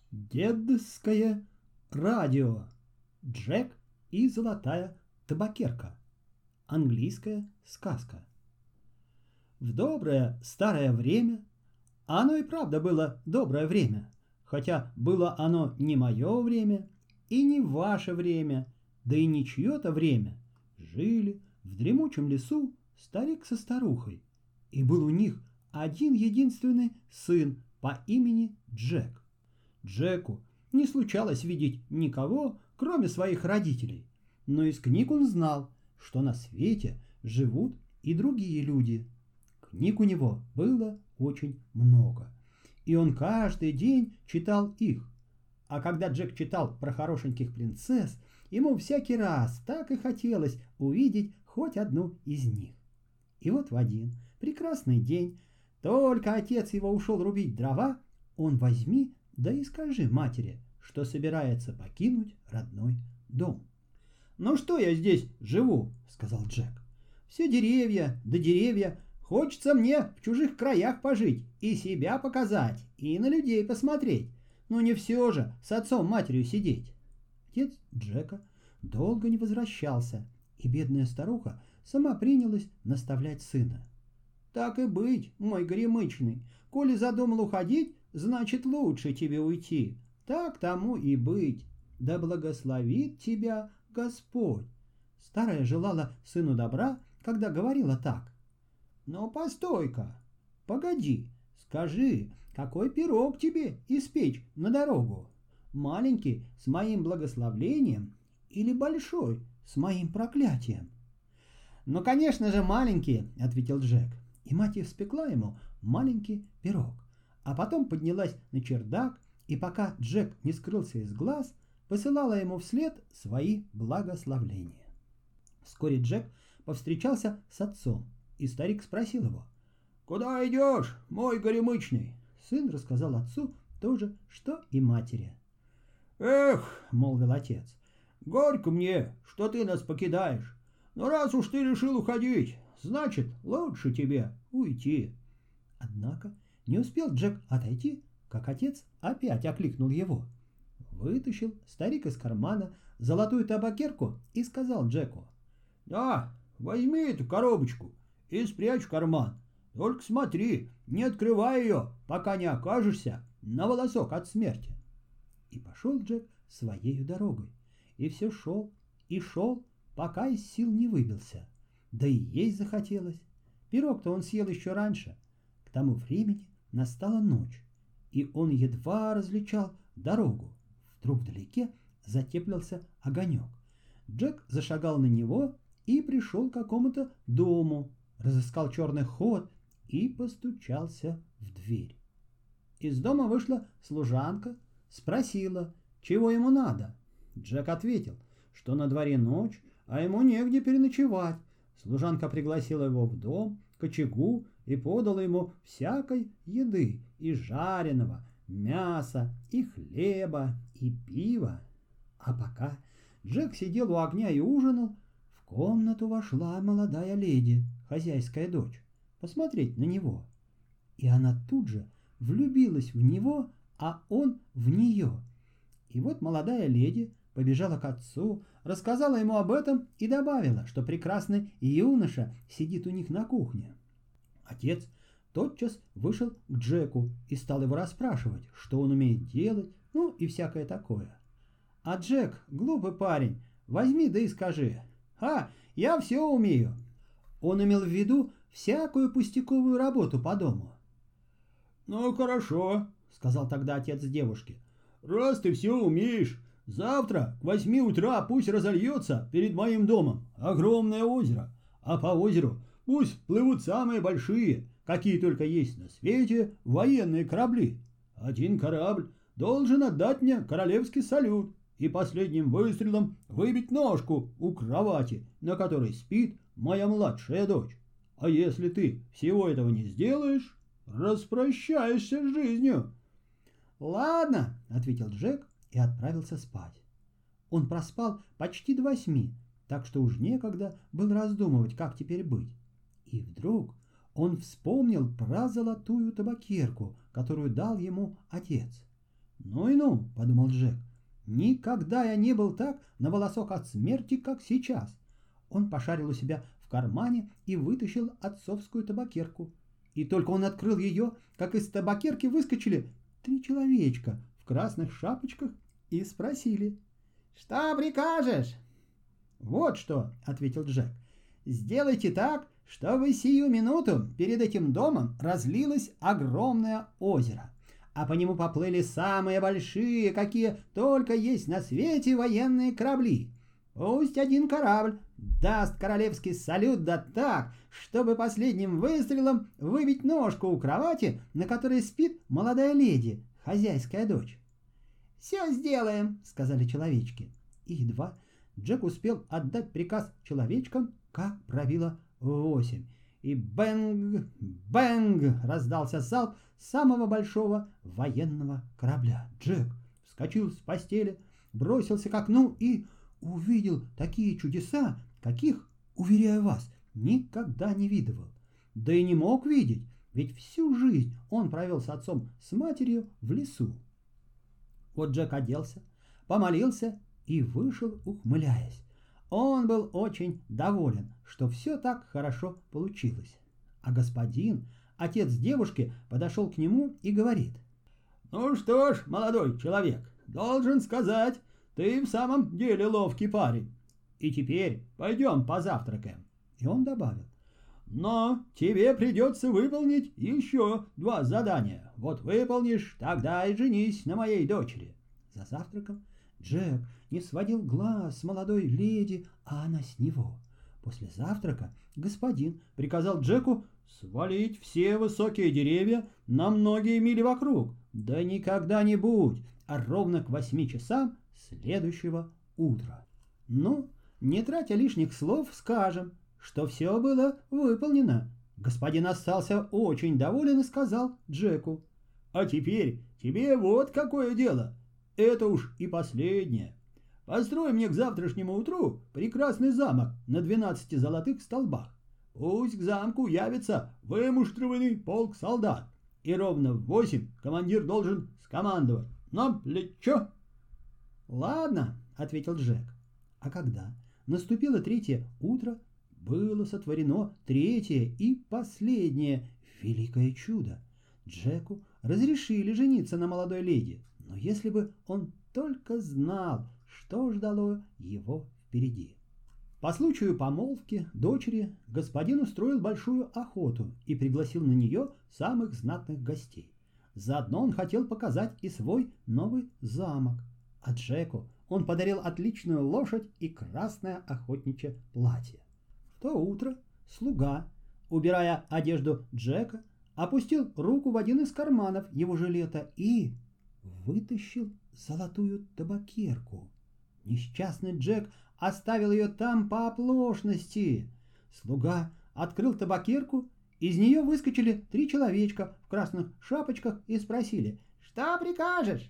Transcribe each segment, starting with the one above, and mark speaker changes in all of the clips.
Speaker 1: Дедское радио. Джек и золотая табакерка. Английская сказка. В доброе старое время, а оно и правда было доброе время, хотя было оно не мое время и не ваше время, да и не чье-то время, жили в дремучем лесу старик со старухой, и был у них один единственный сын по имени Джек. Джеку не случалось видеть никого, кроме своих родителей, но из книг он знал, что на свете живут и другие люди. Книг у него было очень много, и он каждый день читал их. А когда Джек читал про хорошеньких принцесс, ему всякий раз так и хотелось увидеть хоть одну из них. И вот в один прекрасный день, только отец его ушел рубить дрова, он возьми да и скажи матери, что собирается покинуть родной дом. «Ну что я здесь живу?» — сказал Джек. «Все деревья да деревья. Хочется мне в чужих краях пожить и себя показать, и на людей посмотреть. Но не все же с отцом-матерью сидеть». Отец Джека долго не возвращался, и бедная старуха сама принялась наставлять сына. «Так и быть, мой горемычный, коли задумал уходить, значит, лучше тебе уйти. Так тому и быть. Да благословит тебя Господь». Старая желала сыну добра, когда говорила так. «Но постой-ка, погоди, скажи, какой пирог тебе испечь на дорогу? Маленький с моим благословлением или большой с моим проклятием?» «Ну, конечно же, маленький», — ответил Джек, и мать испекла ему маленький пирог. А потом поднялась на чердак, и пока Джек не скрылся из глаз, посылала ему вслед свои благословления. Вскоре Джек повстречался с отцом, и старик спросил его: «Куда идешь, мой горемычный?» Сын рассказал отцу то же, что и матери. «Эх, — молвил отец, — горько мне, что ты нас покидаешь, но раз уж ты решил уходить, значит, лучше тебе уйти». Однако не успел Джек отойти, как отец опять окликнул его. Вытащил старик из кармана золотую табакерку и сказал Джеку: «Да, возьми эту коробочку и спрячь в карман. Только смотри, не открывай ее, пока не окажешься на волосок от смерти». И пошел Джек своею дорогой, и все шел и шел, пока из сил не выбился. Да и есть захотелось. Пирог-то он съел еще раньше. К тому времени настала ночь, и он едва различал дорогу. Вдруг вдалеке затеплился огонек. Джек зашагал на него и пришел к какому-то дому, разыскал черный ход и постучался в дверь. Из дома вышла служанка, спросила, чего ему надо. Джек ответил, что на дворе ночь, а ему негде переночевать. Служанка пригласила его в дом, к очагу, и подала ему всякой еды, и жареного, мяса, и хлеба, и пива. А пока Джек сидел у огня и ужинал, в комнату вошла молодая леди, хозяйская дочь, посмотреть на него. И она тут же влюбилась в него, а он в нее. И вот молодая леди побежала к отцу, рассказала ему об этом и добавила, что прекрасный юноша сидит у них на кухне. Отец тотчас вышел к Джеку и стал его расспрашивать, что он умеет делать, ну и всякое такое. А Джек, глупый парень, возьми да и скажи: я все умею». Он имел в виду всякую пустяковую работу по дому. «Ну хорошо», — сказал тогда отец девушки, — «раз ты все умеешь, завтра к 8 утра пусть разольется перед моим домом огромное озеро, а по озеру пусть плывут самые большие, какие только есть на свете, военные корабли. Один корабль должен отдать мне королевский салют и последним выстрелом выбить ножку у кровати, на которой спит моя младшая дочь. А если ты всего этого не сделаешь, распрощаешься с жизнью». «Ладно», — ответил Джек и отправился спать. Он проспал почти до 8, так что уж некогда было раздумывать, как теперь быть. И вдруг он вспомнил про золотую табакерку, которую дал ему отец. «Ну и ну», — подумал Джек, — «никогда я не был так на волосок от смерти, как сейчас». Он пошарил у себя в кармане и вытащил отцовскую табакерку. И только он открыл ее, как из табакерки выскочили 3 человечка в красных шапочках и спросили: «Что прикажешь?» «Вот что», — ответил Джек, — «сделайте так, чтобы сию минуту перед этим домом разлилось огромное озеро, а по нему поплыли самые большие, какие только есть на свете военные корабли. Пусть один корабль даст королевский салют, да так, чтобы последним выстрелом выбить ножку у кровати, на которой спит молодая леди, хозяйская дочь». «Все сделаем», — сказали человечки. И едва Джек успел отдать приказ человечкам, как пробило 8. И бэнг, бэнг раздался залп самого большого военного корабля. Джек вскочил с постели, бросился к окну и увидел такие чудеса, каких, уверяю вас, никогда не видывал. Да и не мог видеть, ведь всю жизнь он провел с отцом с матерью в лесу. Вот Джек оделся, помолился и вышел, ухмыляясь. Он был очень доволен, что все так хорошо получилось. А господин, отец девушки, подошел к нему и говорит: «Ну что ж, молодой человек, должен сказать, ты в самом деле ловкий парень. И теперь пойдем позавтракаем». И он добавил: «Но тебе придется выполнить еще 2 задания. Вот выполнишь, тогда и женись на моей дочери». За завтраком Джек не сводил глаз с молодой леди, а она с него. После завтрака господин приказал Джеку свалить все высокие деревья на многие мили вокруг, да не когда-нибудь, а ровно к 8 часам следующего утра. Ну, не тратя лишних слов, скажем, что все было выполнено. Господин остался очень доволен и сказал Джеку: «А теперь тебе вот какое дело. Это уж и последнее. Построй мне к завтрашнему утру прекрасный замок на 12 золотых столбах. Пусть к замку явится вымуштрованный полк солдат. И ровно в 8 командир должен скомандовать: на плечо». «Ладно», — ответил Джек. А когда наступило 3-е утро, было сотворено 3-е и последнее великое чудо. Джеку разрешили жениться на молодой леди, но если бы он только знал, что ждало его впереди. По случаю помолвки дочери господин устроил большую охоту и пригласил на нее самых знатных гостей. Заодно он хотел показать и свой новый замок. А Джеку он подарил отличную лошадь и красное охотничье платье. В то утро слуга, убирая одежду Джека, опустил руку в один из карманов его жилета и вытащил золотую табакерку. Несчастный Джек оставил ее там по оплошности. Слуга открыл табакерку, из нее выскочили 3 человечка в красных шапочках и спросили: «Что прикажешь?»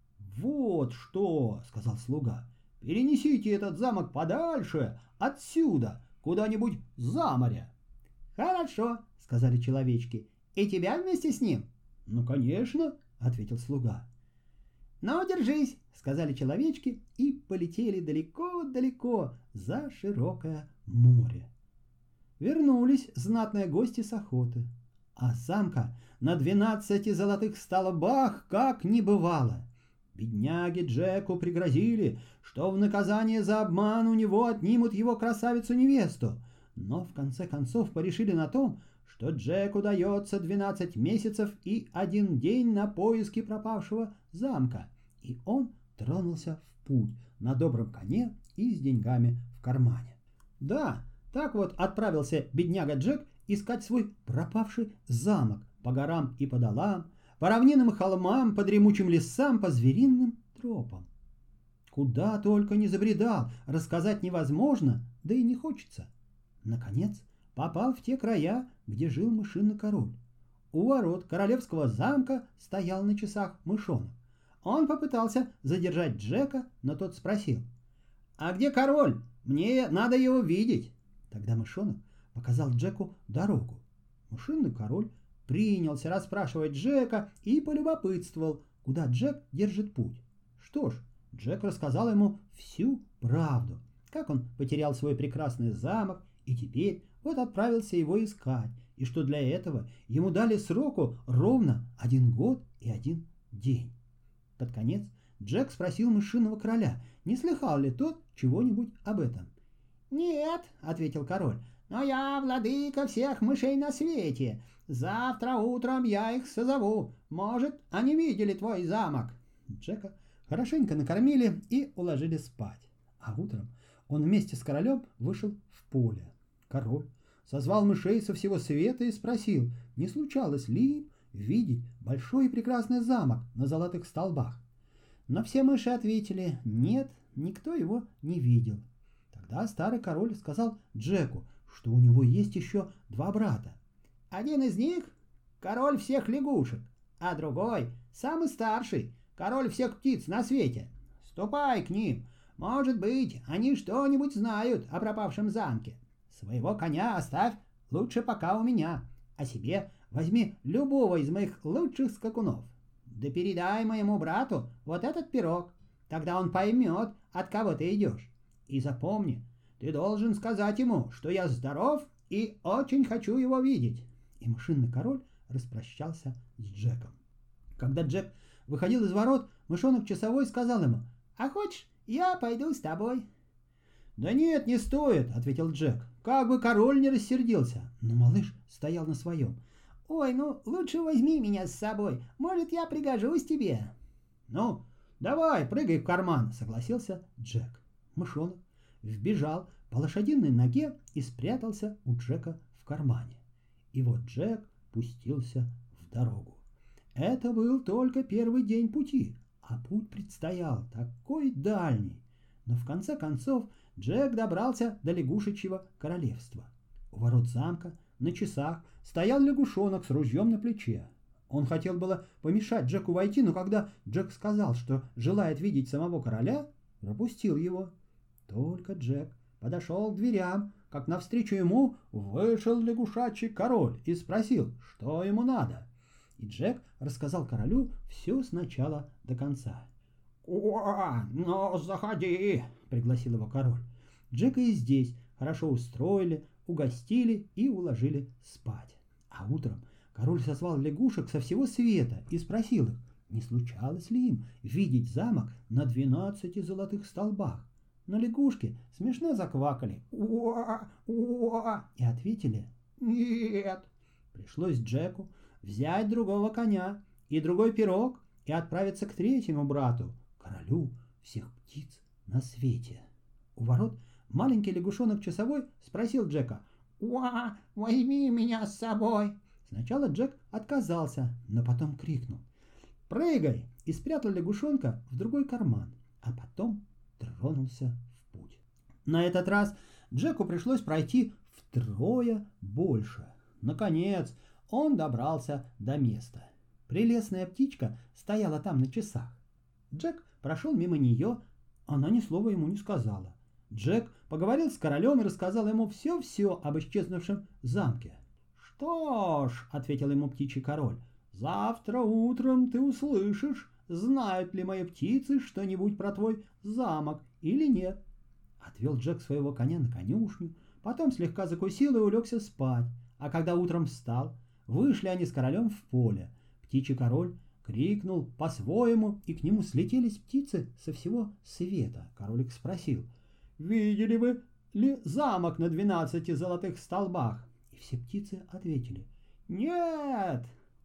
Speaker 1: «Вот что», — сказал слуга, — «перенесите этот замок подальше, отсюда, куда-нибудь за море». «Хорошо», — сказали человечки, — «и тебя вместе с ним?» «Ну, конечно», — ответил слуга. «Ну, держись», — сказали человечки и полетели далеко-далеко за широкое море. Вернулись знатные гости с охоты, а замка на 12 золотых столбах как не бывало. Бедняге Джеку пригрозили, что в наказание за обман у него отнимут его красавицу-невесту, но в конце концов порешили на том, что Джеку дается 12 месяцев и 1 день на поиски пропавшего замка, и он тронулся в путь на добром коне и с деньгами в кармане. Да, так вот отправился бедняга Джек искать свой пропавший замок по горам и по долам, по равнинам и холмам, по дремучим лесам, по звериным тропам. Куда только не забредал, рассказать невозможно, да и не хочется. Наконец попал в те края, где жил мышиный король. У ворот королевского замка стоял на часах мышонок. Он попытался задержать Джека, но тот спросил: «А где король? Мне надо его видеть». Тогда мышонок показал Джеку дорогу. Мышиный король принялся расспрашивать Джека и полюбопытствовал, куда Джек держит путь. Что ж, Джек рассказал ему всю правду, как он потерял свой прекрасный замок и теперь вот отправился его искать, и что для этого ему дали сроку ровно 1 год и 1 день. Под конец Джек спросил мышиного короля, не слыхал ли тот чего-нибудь об этом. «Нет», — ответил король, — «но я владыка всех мышей на свете. Завтра утром я их созову. Может, они видели твой замок». Джека хорошенько накормили и уложили спать. А утром он вместе с королем вышел в поле. Король созвал мышей со всего света и спросил, не случалось ли им видеть большой и прекрасный замок на золотых столбах. Но все мыши ответили, нет, никто его не видел. Тогда старый король сказал Джеку, что у него есть еще 2 брата. Один из них — король всех лягушек, а другой — самый старший, король всех птиц на свете. Ступай к ним, может быть, они что-нибудь знают о пропавшем замке. Своего коня оставь лучше пока у меня, а себе возьми любого из моих лучших скакунов. Да передай моему брату вот этот пирог, тогда он поймет, от кого ты идешь. И запомни, ты должен сказать ему, что я здоров и очень хочу его видеть». И мышиный король распрощался с Джеком. Когда Джек выходил из ворот, мышонок часовой сказал ему, «А хочешь, я пойду с тобой?» «Да нет, не стоит», — ответил Джек, как бы король не рассердился. Но малыш стоял на своем. «Ой, ну лучше возьми меня с собой, может, я пригожусь тебе». «Ну, давай, прыгай в карман», — согласился Джек. Мышонок вбежал по лошадиной ноге и спрятался у Джека в кармане. И вот Джек пустился в дорогу. Это был только первый день пути, а путь предстоял такой дальний. Но в конце концов Джек добрался до лягушечьего королевства. У ворот замка на часах стоял лягушонок с ружьем на плече. Он хотел было помешать Джеку войти, но когда Джек сказал, что желает видеть самого короля, пропустил его. Только Джек подошел к дверям, как навстречу ему вышел лягушачий король и спросил, что ему надо. И Джек рассказал королю все с начала до конца. «О, ну заходи!» — пригласил его король. Джека и здесь хорошо устроили, угостили и уложили спать. А утром король созвал лягушек со всего света и спросил их, не случалось ли им видеть замок на 12 золотых столбах. Но лягушки смешно заквакали и ответили «нет». Пришлось Джеку взять другого коня и другой пирог и отправиться к третьему брату, королю всех птиц на свете. У ворот маленький лягушонок-часовой спросил Джека «Возьми меня с собой». Сначала Джек отказался, но потом крикнул «Прыгай!» и спрятал лягушонка в другой карман, а потом тронулся в путь. На этот раз Джеку пришлось пройти втрое больше. Наконец он добрался до места. Прелестная птичка стояла там на часах. Джек прошел мимо нее, она ни слова ему не сказала. Джек поговорил с королем и рассказал ему все-все об исчезнувшем замке. «Что ж», — ответил ему птичий король, — «завтра утром ты услышишь, знают ли мои птицы что-нибудь про твой замок или нет». Отвел Джек своего коня на конюшню, потом слегка закусил и улегся спать, а когда утром встал, вышли они с королем в поле. Птичий король крикнул по-своему, и к нему слетелись птицы со всего света. Королик спросил, «Видели вы ли замок на 12 золотых столбах?» И все птицы ответили, «Нет».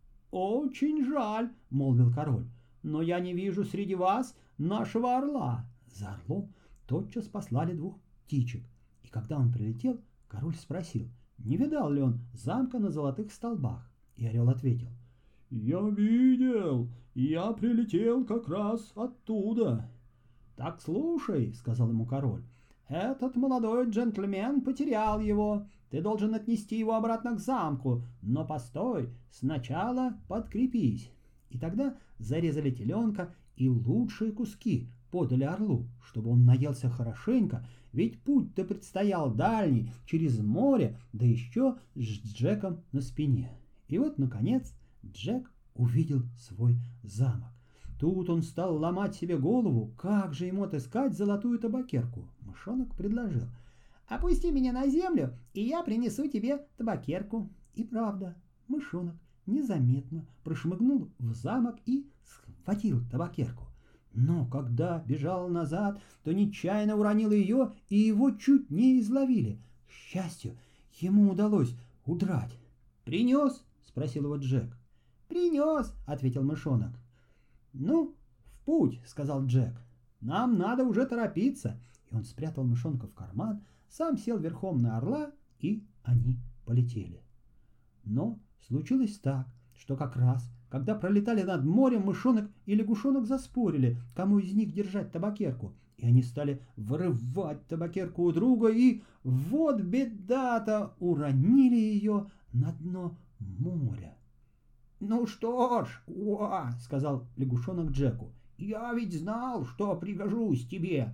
Speaker 1: «Очень жаль», — молвил король, «но я не вижу среди вас нашего орла». За орлом тотчас послали 2 птичек, и когда он прилетел, король спросил, не видал ли он замка на золотых столбах. И орел ответил, «Я видел, я прилетел как раз оттуда». «Так слушай», — сказал ему король, «этот молодой джентльмен потерял его. Ты должен отнести его обратно к замку, но постой, сначала подкрепись». И тогда зарезали теленка и лучшие куски подали орлу, чтобы он наелся хорошенько, ведь путь-то предстоял дальний, через море, да еще с Джеком на спине. И вот, наконец, Джек увидел свой замок. Тут он стал ломать себе голову, как же ему отыскать золотую табакерку. Мышонок предложил: «Опусти меня на землю, и я принесу тебе табакерку». И правда, мышонок незаметно прошмыгнул в замок и схватил табакерку. Но когда бежал назад, то нечаянно уронил ее, и его чуть не изловили. К счастью, ему удалось удрать. «Принес?» — спросил его Джек. «Принес», — ответил мышонок. «Ну, в путь», — сказал Джек. «Нам надо уже торопиться». И он спрятал мышонка в карман, сам сел верхом на орла, и они полетели. Но случилось так, что как раз, когда пролетали над морем, мышонок и лягушонок заспорили, кому из них держать табакерку. И они стали вырывать табакерку у друга, и вот беда-то, уронили ее на дно моря. «Ну что ж, сказал лягушонок Джеку, — я ведь знал, что пригожусь тебе.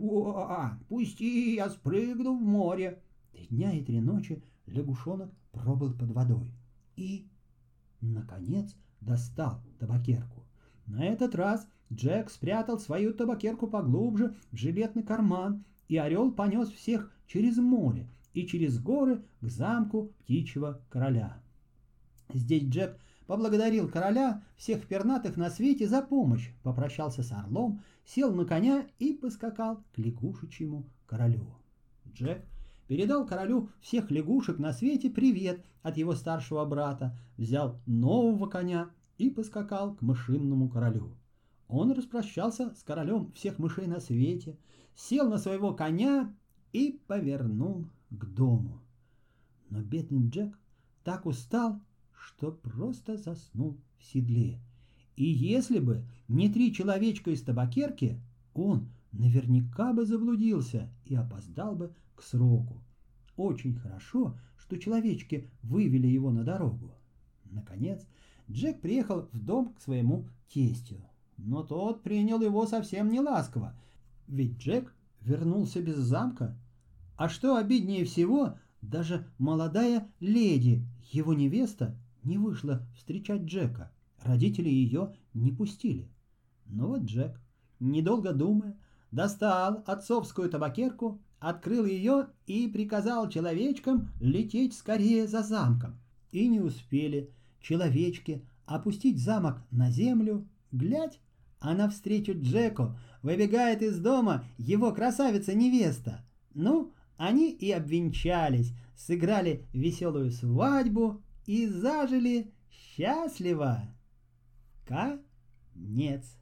Speaker 1: Пусти, я спрыгну в море». 3 дня и 3 ночи лягушонок пробыл под водой и, наконец, достал табакерку. На этот раз Джек спрятал свою табакерку поглубже в жилетный карман, и орел понес всех через море и через горы к замку птичьего короля. Здесь Джек поблагодарил короля всех пернатых на свете за помощь, попрощался с орлом, сел на коня и поскакал к лягушечьему королю. Джек передал королю всех лягушек на свете привет от его старшего брата, взял нового коня и поскакал к мышинному королю. Он распрощался с королем всех мышей на свете, сел на своего коня и повернул к дому. Но бедный Джек так устал, что просто заснул в седле. И если бы не 3 человечка из табакерки, он наверняка бы заблудился и опоздал бы к сроку. Очень хорошо, что человечки вывели его на дорогу. Наконец, Джек приехал в дом к своему тестю. Но тот принял его совсем не ласково, ведь Джек вернулся без замка. А что обиднее всего, даже молодая леди, его невеста, не вышла встречать Джека. Родители ее не пустили. Но вот Джек, недолго думая, достал отцовскую табакерку, открыл ее и приказал человечкам лететь скорее за замком. И не успели человечки опустить замок на землю, глядь, а навстречу Джеку выбегает из дома его красавица-невеста. Ну, они и обвенчались, сыграли веселую свадьбу и зажили счастливо. Конец.